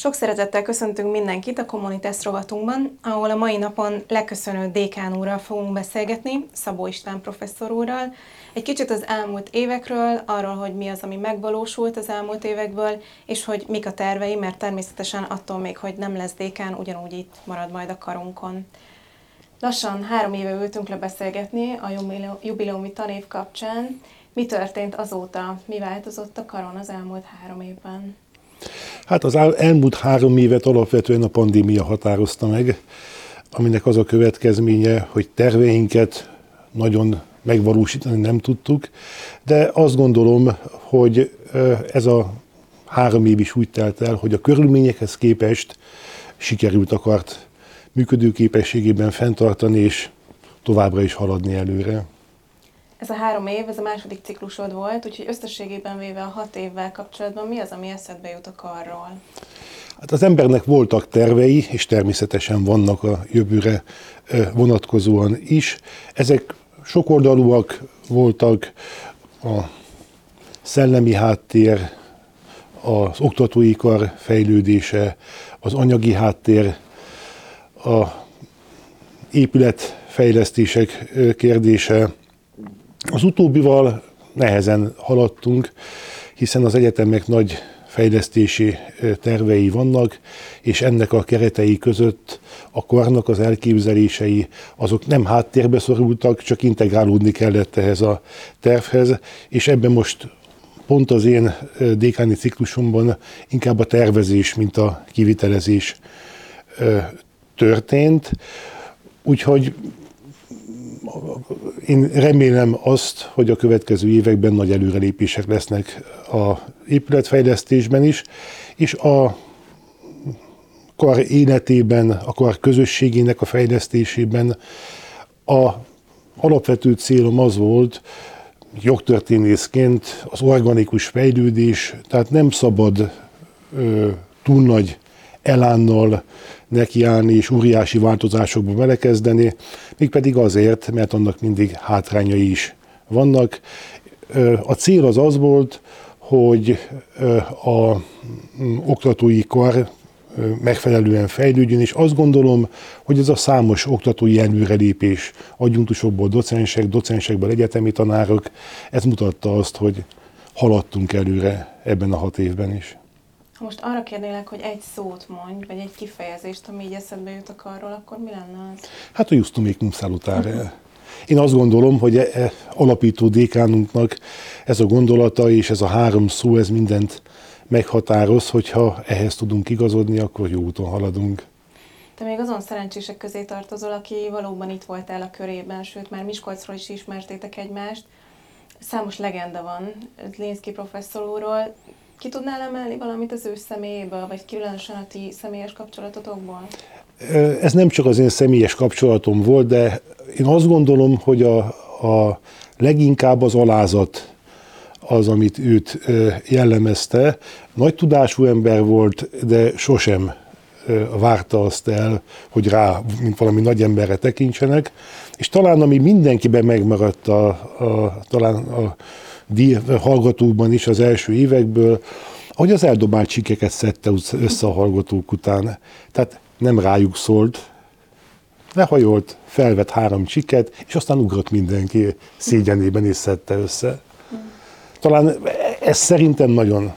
Sok szeretettel köszöntünk mindenkit a Communitas rovatunkban, ahol a mai napon leköszönő dékán úrral fogunk beszélgetni, Szabó István professzor úrral. Egy kicsit az elmúlt évekről, arról, hogy mi az, ami megvalósult az elmúlt évekből, és hogy mik a tervei, mert természetesen attól még, hogy nem lesz dékán, ugyanúgy itt marad majd a karunkon. Lassan 3 éve ültünk le beszélgetni a jubileumi tanév kapcsán. Mi történt azóta? Mi változott a karon az elmúlt 3 évben? Hát az elmúlt 3 évet alapvetően a pandémia határozta meg, aminek az a következménye, hogy terveinket nagyon megvalósítani nem tudtuk, de azt gondolom, hogy ez a 3 év is úgy telt el, hogy a körülményekhez képest sikerült a kart működőképességében fenntartani és továbbra is haladni előre. Ez a 3 év, ez a második ciklusod volt, úgyhogy összességében véve a 6 évvel kapcsolatban mi az, ami eszedbe jut a karról? Hát az embernek voltak tervei, és természetesen vannak a jövőre vonatkozóan is. Ezek sokoldalúak voltak, a szellemi háttér, az oktatói kar fejlődése, az anyagi háttér, a épületfejlesztések kérdése. Az utóbbival nehezen haladtunk, hiszen az egyetemek nagy fejlesztési tervei vannak, és ennek a keretei között a karnak az elképzelései, azok nem háttérbe szorultak, csak integrálódni kellett ehhez a tervhez, és ebben most pont az én dékáni ciklusomban inkább a tervezés, mint a kivitelezés történt. Úgyhogy én remélem azt, hogy a következő években nagy előrelépések lesznek az épületfejlesztésben is, és a kar életében, a kar közösségének a fejlesztésében a alapvető célom az volt, jogtörténészként az organikus fejlődés, tehát nem szabad túl nagy elánnal nekiállni és óriási változásokba belekezdeni, mégpedig azért, mert annak mindig hátrányai is vannak. A cél az volt, hogy az oktatói kar megfelelően fejlődjön, és azt gondolom, hogy ez a számos oktatói előrelépés, adjunktusokból docensekből egyetemi tanárok, ez mutatta azt, hogy haladtunk előre ebben a 6 évben is. Ha most arra kérnélek, hogy egy szót mondj, vagy egy kifejezést, ami így eszedbe jut arról, akkor mi lenne az? Hát a justum et cum salutare. Én azt gondolom, hogy alapító dékánunknak ez a gondolata és ez a 3 szó, ez mindent meghatároz, hogyha ehhez tudunk igazodni, akkor jó úton haladunk. Te még azon szerencsések közé tartozol, aki valóban itt voltál a körében, sőt már Miskolcról is ismertétek egymást. Számos legenda van Zlinszky professzor úrról. Ki tudnál emelni valamit az ő személyéből, vagy különösen a ti személyes kapcsolatotokból? Ez nem csak az én személyes kapcsolatom volt, de én azt gondolom, hogy a leginkább az alázat az, amit őt jellemezte. Nagy tudású ember volt, de sosem várta azt el, hogy rá, mint valami nagy emberre tekintsenek. És talán, ami mindenkiben megmaradt talán a hallgatókban is az első évekből, ahogy az eldobált csikeket szedte össze a hallgatók után. Tehát nem rájuk szólt, lehajolt, felvett 3 csiket, és aztán ugrott mindenki szégyenében és szedte össze. Talán ez szerintem nagyon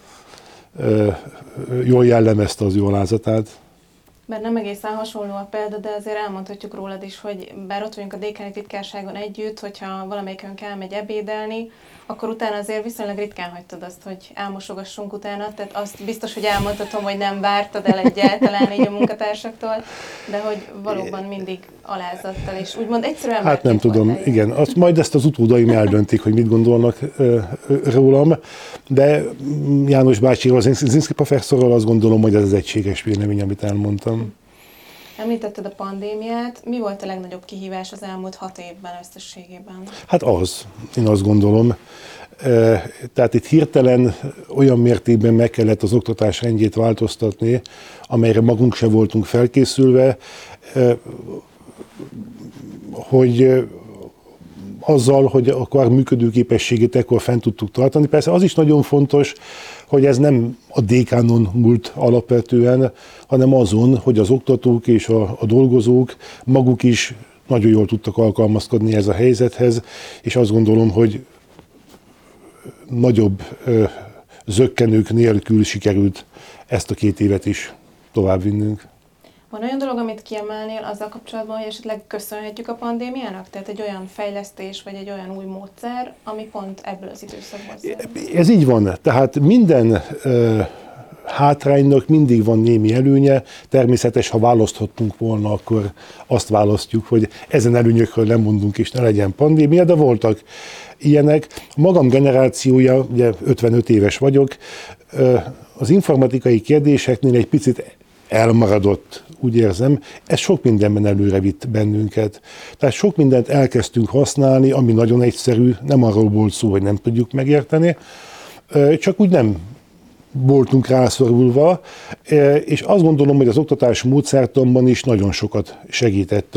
jól jellemezte az ő alázatát. Bár nem egészen hasonló a példa, de azért elmondhatjuk rólad is, hogy bár ott vagyunk a dékáni titkárságon együtt, hogyha valamelyikünk elmegy ebédelni, akkor utána azért viszonylag ritkán hagytad azt, hogy elmosogassunk utána, tehát azt biztos, hogy elmondhatom, hogy nem vártad el egyáltalán így a munkatársaktól, de hogy valóban mindig alázattal, és úgymond egyszerűen hát nem tudom, igen, majd ezt az utódaim eldöntik, hogy mit gondolnak rólam, de János bácsiról, az Zlinszky professzorról azt gondolom, hogy ez az egységes vélemény, amit elmondtam. Említetted a pandémiát. Mi volt a legnagyobb kihívás az elmúlt 6 évben összességében? Hát én azt gondolom. Tehát itt hirtelen olyan mértékben meg kellett az oktatás rendjét változtatni, amelyre magunk se voltunk felkészülve, hogy azzal, hogy a kar működőképességét ekkor fent tudtuk tartani. Persze az is nagyon fontos, hogy ez nem a dékánon múlt alapvetően, hanem azon, hogy az oktatók és a dolgozók maguk is nagyon jól tudtak alkalmazkodni ez a helyzethez, és azt gondolom, hogy nagyobb zökkenők nélkül sikerült ezt a 2 évet is továbbvinnünk. Van olyan dolog, amit kiemelnél azzal kapcsolatban, hogy esetleg köszönhetjük a pandémiának? Tehát egy olyan fejlesztés, vagy egy olyan új módszer, ami pont ebből az időszakból származik? Ez így van. Tehát minden hátránynak mindig van némi előnye. Természetes, ha választhattunk volna, akkor azt választjuk, hogy ezen előnyökről nem mondunk, és ne legyen pandémia, de voltak ilyenek. Magam generációja, ugye 55 éves vagyok, az informatikai kérdéseknél egy picit elmaradott, úgy érzem. Ez sok mindenben előre vitt bennünket. Tehát sok mindent elkezdtünk használni, ami nagyon egyszerű, nem arról volt szó, hogy nem tudjuk megérteni, csak úgy nem voltunk rászorulva, és azt gondolom, hogy az oktatás módszertanban is nagyon sokat segített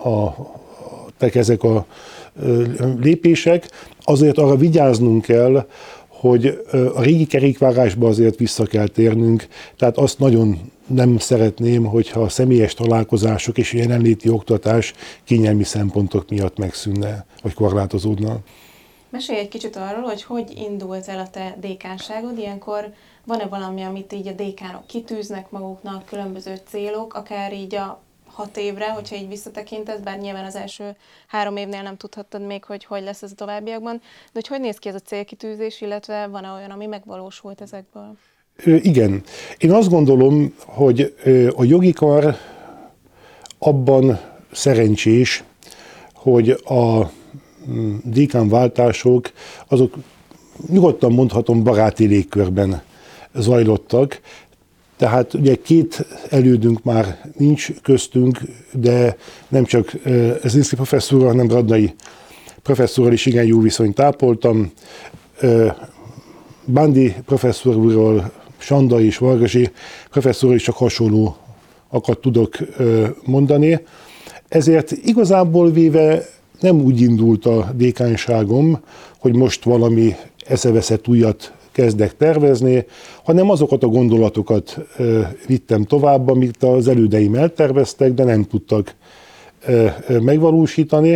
ezek a lépések. Azért arra vigyáznunk kell, hogy a régi kerékvágásba azért vissza kell térnünk, tehát azt nagyon nem szeretném, hogyha a személyes találkozások és a jelenléti oktatás kényelmi szempontok miatt megszűnne, vagy korlátozódna. Mesélj egy kicsit arról, hogy indult el a te dékánságod, ilyenkor van-e valami, amit így a dékánok kitűznek maguknak, különböző célok, akár így a 6 évre, hogyha így visszatekintesz, bár nyilván az első 3 évnél nem tudhattad még, hogy lesz ez a továbbiakban, de hogy néz ki ez a célkitűzés, illetve van-e olyan, ami megvalósult ezekből? Igen. Én azt gondolom, hogy a jogi kar abban szerencsés, hogy a dékánváltások azok nyugodtan mondhatom baráti légkörben zajlottak. Tehát ugye 2 elődünk már nincs köztünk, de nem csak Zrinszky professzorral, hanem Radnai professzorral is igen jó viszonyt ápoltam. Bándi professzor úrról, Sanda és Vargasi professzorról is csak hasonlóakat tudok mondani. Ezért igazából véve nem úgy indult a dékánságom, hogy most valami eszeveszett újat kezdek tervezni, hanem azokat a gondolatokat vittem tovább, amit az elődeim elterveztek, de nem tudtak megvalósítani.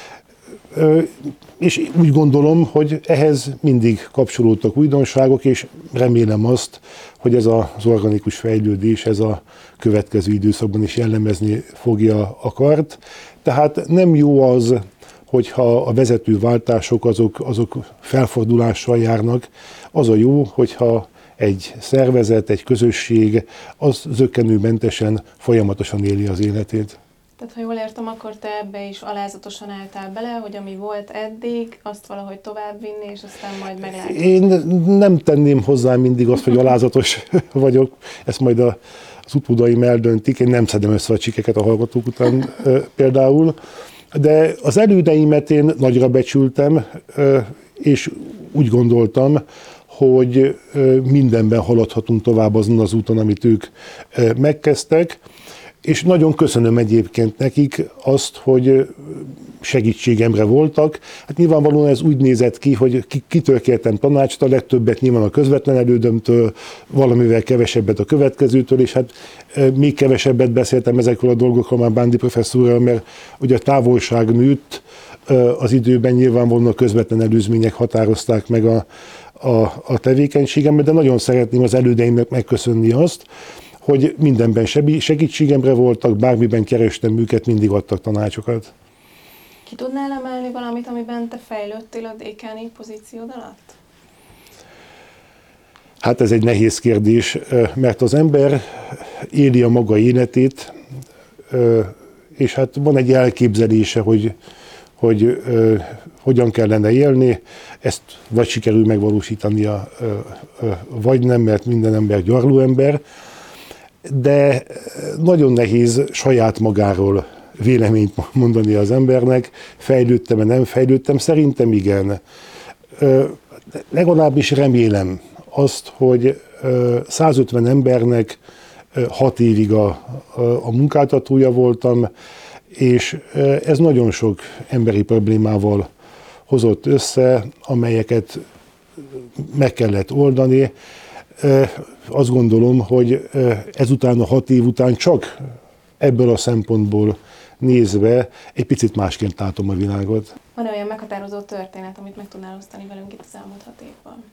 És úgy gondolom, hogy ehhez mindig kapcsolódtak újdonságok, és remélem azt, hogy ez az organikus fejlődés, ez a következő időszakban is jellemezni fogja a kart. Tehát nem jó az, hogyha a vezetőváltások azok felfordulással járnak. Az a jó, hogyha egy szervezet, egy közösség az zökkenőmentesen folyamatosan éli az életét. Tehát, ha jól értem, akkor te ebbe is alázatosan álltál bele, hogy ami volt eddig, azt valahogy továbbvinni, és aztán majd meglátjuk. Én nem tenném hozzá mindig azt, hogy alázatos vagyok, ezt majd az utódaim eldöntik, én nem szedem össze a csikeket a hallgatók után például, de az elődeimet én nagyra becsültem, és úgy gondoltam, hogy mindenben haladhatunk tovább azon az úton, amit ők megkezdtek, és nagyon köszönöm egyébként nekik azt, hogy segítségemre voltak. Hát nyilvánvalóan ez úgy nézett ki, hogy kitől kértem tanácsot, a legtöbbet nyilván a közvetlen elődömtől, valamivel kevesebbet a következőtől, és hát még kevesebbet beszéltem ezekről a dolgokról már Bándi professzorral, mert ugye a távolság nőtt az időben, nyilvánvalóan a közvetlen előzmények határozták meg a tevékenységemet, de nagyon szeretném az elődeimnek megköszönni azt, hogy mindenben segítségemre voltak, bármiben kerestem őket, mindig adtak tanácsokat. Ki tudnál emelni valamit, amiben te fejlődtél a dékáni pozíciód alatt? Hát ez egy nehéz kérdés, mert az ember éli a maga életét, és hát van egy elképzelése, hogy hogyan kellene élni, ezt vagy sikerül megvalósítania, vagy nem, mert minden ember gyarló ember, de nagyon nehéz saját magáról véleményt mondani az embernek, fejlődtem-e, nem fejlődtem, szerintem igen. Legalábbis remélem azt, hogy 150 embernek 6 évig a munkáltatója voltam, és ez nagyon sok emberi problémával hozott össze, amelyeket meg kellett oldani. Azt gondolom, hogy ezután a 6 év után csak ebből a szempontból nézve egy picit másként látom a világot. Van olyan meghatározó történet, amit meg tudnál osztani velünk itt az elmúlt 6 évben?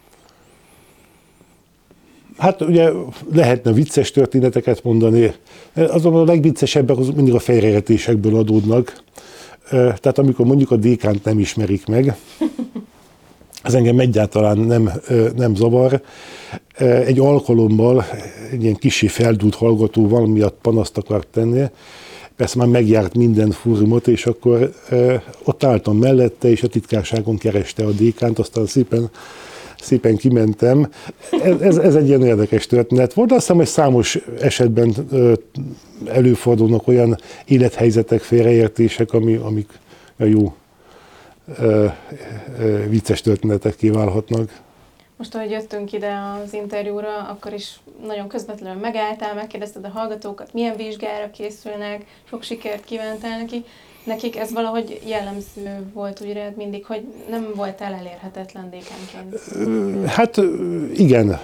Hát ugye lehetne vicces történeteket mondani, azonban a legviccesebbek azok mindig a félreértésekből adódnak. Tehát amikor mondjuk a dékánt nem ismerik meg, ez engem egyáltalán nem zavar. Egy alkalommal egy ilyen kicsi feldúlt hallgató valamiatt panaszt akart tenni, persze már megjárt minden fórumot, és akkor ott álltam mellette, és a titkárságon kereste a dékánt, aztán szépen kimentem. Ez egy ilyen érdekes történet volt, de azt hiszem, hogy számos esetben előfordulnak olyan élethelyzetek, félreértések, amik a jó vicces történetek kiválhatnak. Most, ahogy jöttünk ide az interjúra, akkor is nagyon közvetlenül megálltál, megkérdezted a hallgatókat, milyen vizsgára készülnek, sok sikert kívántál nekik. Ez valahogy jellemző volt úgy rád mindig, hogy nem voltál elérhetetlen dékánként. Hát igen,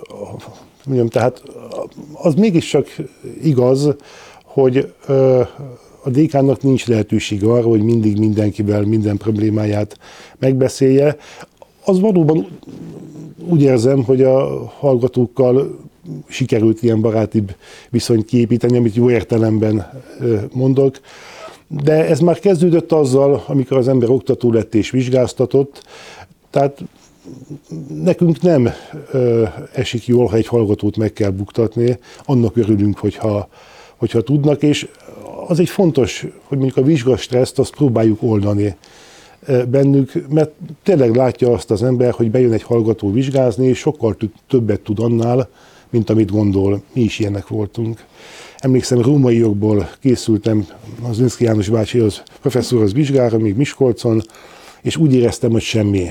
tehát az mégiscsak igaz, hogy a dékánnak nincs lehetőség arra, hogy mindig mindenkivel minden problémáját megbeszélje. Az valóban úgy érzem, hogy a hallgatókkal sikerült ilyen barátibb viszonyt kiépíteni, amit jó értelemben mondok. De ez már kezdődött azzal, amikor az ember oktató lett és vizsgáztatott. Tehát nekünk nem esik jól, ha egy hallgatót meg kell buktatni. Annak örülünk, hogyha tudnak, és az egy fontos, hogy mondjuk a vizsgastresszt azt próbáljuk oldani bennük, mert tényleg látja azt az ember, hogy bejön egy hallgató vizsgázni, és sokkal többet tud annál, mint amit gondol. Mi is ilyenek voltunk. Emlékszem, római jogból készültem az Zrinszky János bácsihoz, professzorhoz vizsgára, még Miskolcon, és úgy éreztem, hogy semmi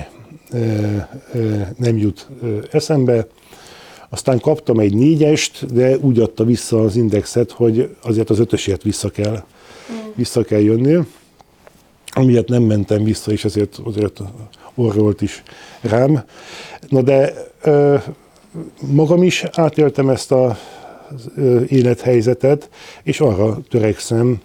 nem jut eszembe. Aztán kaptam egy 4-est, de úgy adta vissza az indexet, hogy azért az 5-ösért vissza kell jönni. Amiatt nem mentem vissza, és azért orrolt is rám. Na de magam is átéltem ezt az élethelyzetet, és arra törekszem,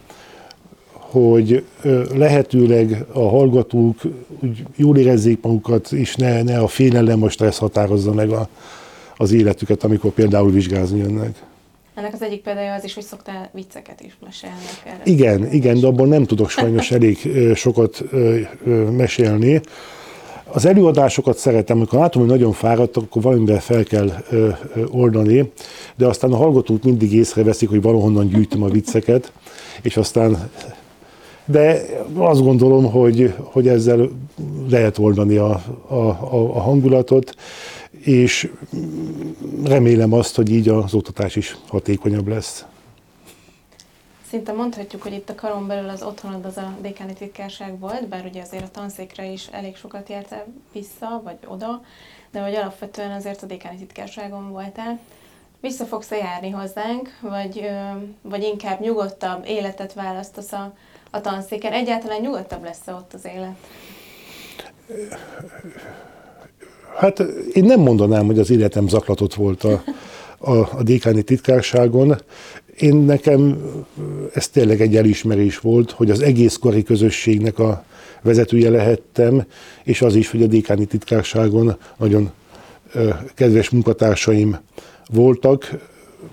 hogy lehetőleg a hallgatók úgy jól érezzék magukat, és ne a félelem, a stressz határozza meg az életüket, amikor például vizsgázni jönnek. Ennek az egyik példája az is, hogy szoktál vicceket is mesélni. Igen, de abban nem tudok sajnos elég sokat mesélni. Az előadásokat szeretem, amikor látom, hogy nagyon fáradtak, akkor valamivel fel kell oldani, de aztán a hallgatók mindig észreveszik, hogy valahonnan gyűjtöm a vicceket, és aztán... De azt gondolom, hogy ezzel lehet oldani a hangulatot, és remélem azt, hogy így az oktatás is hatékonyabb lesz. Szinte mondhatjuk, hogy itt a karon belül az otthonod az a dékáni titkárság volt, bár ugye azért a tanszékre is elég sokat jártál vissza, vagy oda, de hogy alapvetően azért a dékáni titkárságon voltál. Vissza fogsz-e járni hozzánk, vagy inkább nyugodtabb életet választasz a tanszéken? Egyáltalán nyugodtabb lesz-e ott az élet? Hát én nem mondanám, hogy az életem zaklatott volt a dékáni titkárságon. Nekem ez tényleg egy elismerés volt, hogy az egész kari közösségnek a vezetője lehettem, és az is, hogy a dékáni titkárságon nagyon kedves munkatársaim voltak.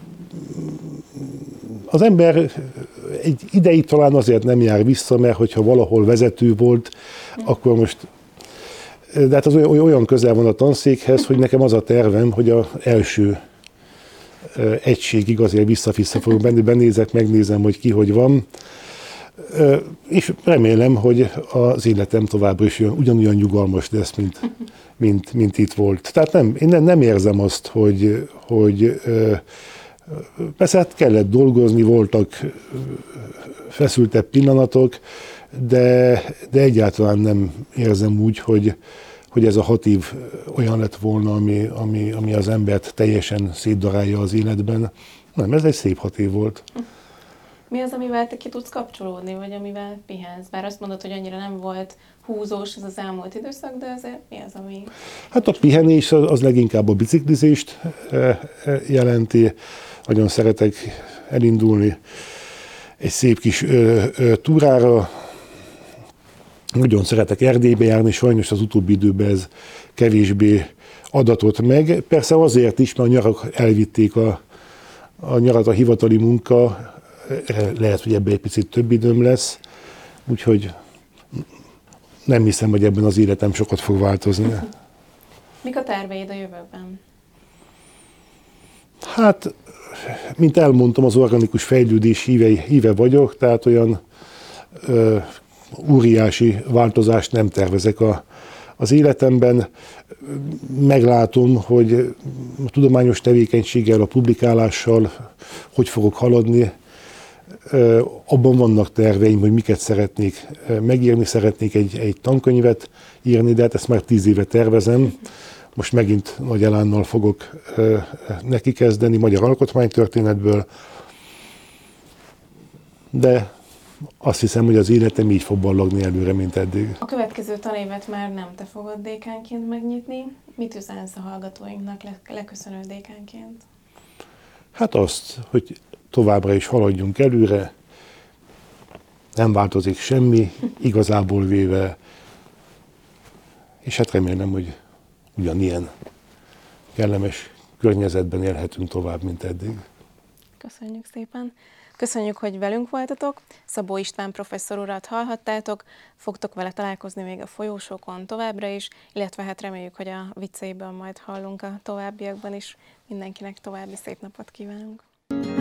Az ember egy ideig talán azért nem jár vissza, mert hogyha valahol vezető volt, akkor most... De hát az olyan közel van a tanszékhez, hogy nekem az a tervem, hogy az első egységig azért vissza-vissza fogok benni, benézek, megnézem, hogy ki hogy van. És remélem, hogy az életem továbbra is ugyanolyan nyugalmas lesz, mint itt volt. Tehát én nem érzem azt, hogy persze hát kellett dolgozni, voltak feszültebb pillanatok, de egyáltalán nem érzem úgy, hogy ez a 6 év olyan lett volna, ami az embert teljesen szétdarálja az életben. Nem, ez egy szép 6 év volt. Mi az, amivel te ki tudsz kapcsolódni, vagy amivel pihensz? Bár azt mondod, hogy annyira nem volt húzós az elmúlt időszak, de azért mi az, ami... Hát a pihenés az leginkább a biciklizést jelenti. Nagyon szeretek elindulni egy szép kis túrára. Nagyon szeretek Erdélybe járni, sajnos az utóbbi időben ez kevésbé adatott meg. Persze azért is, mert a nyarak elvitték a nyarat, a hivatali munka, lehet, hogy ebben egy picit több időm lesz, úgyhogy nem hiszem, hogy ebben az életem sokat fog változni. Mik a terveid a jövőben? Hát, mint elmondtam, az organikus fejlődés híve vagyok, tehát olyan óriási változást nem tervezek az életemben. Meglátom, hogy a tudományos tevékenységgel, a publikálással hogy fogok haladni. Abban vannak terveim, hogy miket szeretnék megírni, szeretnék egy tankönyvet írni, de hát ezt már 10 éve tervezem. Most megint nagy elánnal fogok neki kezdeni, magyar alkotmánytörténetből, de azt hiszem, hogy az életem így fog ballagni előre, mint eddig. A következő tanévet már nem te fogod dékánként megnyitni. Mit üzensz a hallgatóinknak leköszönő dékánként? Hát azt, hogy továbbra is haladjunk előre, nem változik semmi, igazából véve, és hát remélem, hogy ugyanilyen kellemes környezetben élhetünk tovább, mint eddig. Köszönjük szépen! Köszönjük, hogy velünk voltatok. Szabó István professzor urat hallhattátok, fogtok vele találkozni még a folyósókon továbbra is, illetve hát reméljük, hogy a vicceiből majd hallunk a továbbiakban is. Mindenkinek további szép napot kívánunk!